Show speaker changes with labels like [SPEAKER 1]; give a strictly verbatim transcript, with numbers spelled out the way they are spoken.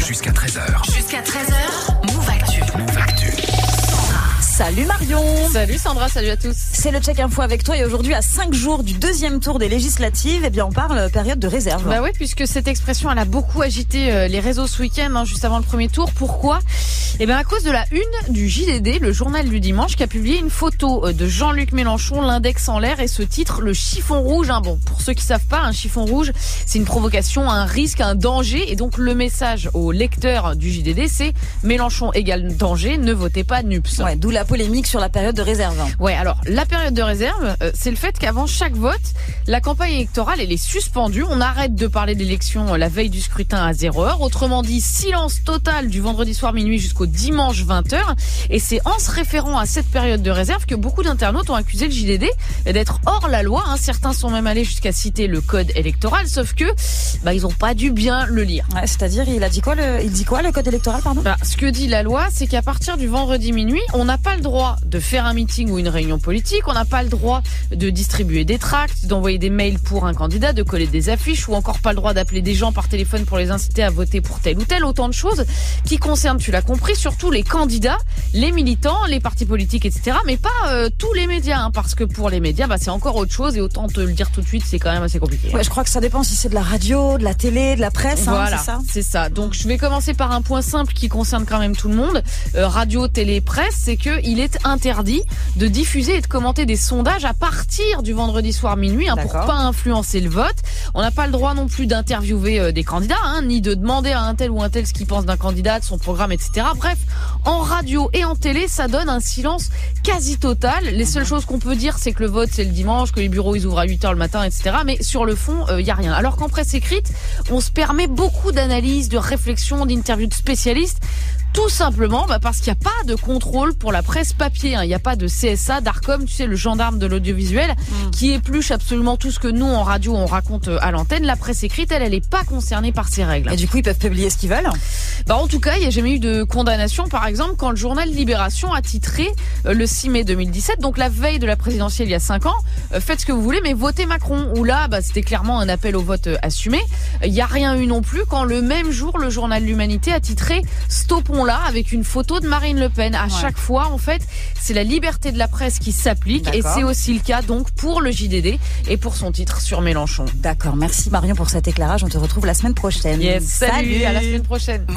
[SPEAKER 1] Jusqu'à treize heures.
[SPEAKER 2] Jusqu'à treize heures, Move Actu.
[SPEAKER 1] Move Actu.
[SPEAKER 3] Salut Marion.
[SPEAKER 4] Salut Sandra, salut à tous.
[SPEAKER 3] C'est le Check Info avec toi et aujourd'hui à cinq jours du deuxième tour des législatives, eh bien on parle période de réserve.
[SPEAKER 4] Bah oui, puisque cette expression elle a beaucoup agité les réseaux ce week-end, hein, juste avant le premier tour. Pourquoi ? Eh bien à cause de la une du J D D, le journal du dimanche, qui a publié une photo de Jean-Luc Mélenchon, l'index en l'air, et ce titre, le chiffon rouge. Hein. Bon, pour ceux qui savent pas, un chiffon rouge, c'est une provocation, un risque, un danger, et donc le message aux lecteurs du J D D, c'est Mélenchon égale danger, ne votez pas N U P S.
[SPEAKER 3] Ouais, d'où la polémique sur la période de réserve.
[SPEAKER 4] Ouais, alors la période de réserve, euh, c'est le fait qu'avant chaque vote, la campagne électorale elle est suspendue. On arrête de parler d'élection euh, la veille du scrutin à zéro heure. Autrement dit, silence total du vendredi soir minuit jusqu'au dimanche vingt heures. Et c'est en se référant à cette période de réserve que beaucoup d'internautes ont accusé le J D D d'être hors la loi. Hein. Certains sont même allés jusqu'à citer le code électoral, sauf que bah ils ont pas dû bien le lire.
[SPEAKER 3] Ouais, c'est-à-dire, il a dit quoi le, il dit quoi le code électoral, pardon ?
[SPEAKER 4] Bah, ce que dit la loi, c'est qu'à partir du vendredi minuit, on n'a pas le droit de faire un meeting ou une réunion politique, on n'a pas le droit de distribuer des tracts, d'envoyer des mails pour un candidat, de coller des affiches, ou encore pas le droit d'appeler des gens par téléphone pour les inciter à voter pour tel ou tel. Autant de choses qui concernent, tu l'as compris, surtout les candidats, les militants, les partis politiques, et cetera. Mais pas euh, tous les médias, hein, parce que pour les médias, bah, c'est encore autre chose, et autant te le dire tout de suite, c'est quand même assez compliqué.
[SPEAKER 3] Ouais, je crois que ça dépend si c'est de la radio, de la télé, de la presse,
[SPEAKER 4] voilà,
[SPEAKER 3] hein, c'est ça ?
[SPEAKER 4] c'est ça. Donc je vais commencer par un point simple qui concerne quand même tout le monde. Euh, radio, télé, presse, c'est que il est interdit de diffuser et de commenter des sondages à partir du vendredi soir minuit, hein, pour pas influencer le vote. On n'a pas le droit non plus d'interviewer euh, des candidats, hein, ni de demander à un tel ou un tel ce qu'il pense d'un candidat, de son programme, et cetera. Bref, en radio et en télé, ça donne un silence quasi total. Les seules choses qu'on peut dire, c'est que le vote c'est le dimanche, que les bureaux ils ouvrent à huit heures le matin, et cetera. Mais sur le fond, il euh, y a rien. Alors qu'en presse écrite, on se permet beaucoup d'analyses, de réflexions, d'interviews de spécialistes. Tout simplement bah parce qu'il n'y a pas de contrôle pour la presse papier. Hein. Il n'y a pas de C S A, d'Arcom, tu sais, le gendarme de l'audiovisuel, mmh. qui épluche absolument tout ce que nous, en radio, on raconte à l'antenne. La presse écrite, elle, elle n'est pas concernée par ces règles.
[SPEAKER 3] Et du coup, ils peuvent publier ce qu'ils veulent ?
[SPEAKER 4] Bah, en tout cas, il n'y a jamais eu de condamnation, par exemple, quand le journal Libération a titré euh, le six mai deux mille dix-sept, donc la veille de la présidentielle il y a cinq ans, euh, faites ce que vous voulez, mais votez Macron. Où là, bah, c'était clairement un appel au vote euh, assumé. Il n'y a rien eu non plus quand le même jour, le journal L'Humanité a titré Stoppons-là avec une photo de Marine Le Pen. À ouais. chaque fois, en fait, c'est la liberté de la presse qui s'applique. D'accord. Et c'est aussi le cas donc pour le J D D et pour son titre sur Mélenchon.
[SPEAKER 3] D'accord, merci Marion pour cet éclairage. On te retrouve la semaine prochaine.
[SPEAKER 4] Yes, salut, salut. À la semaine prochaine.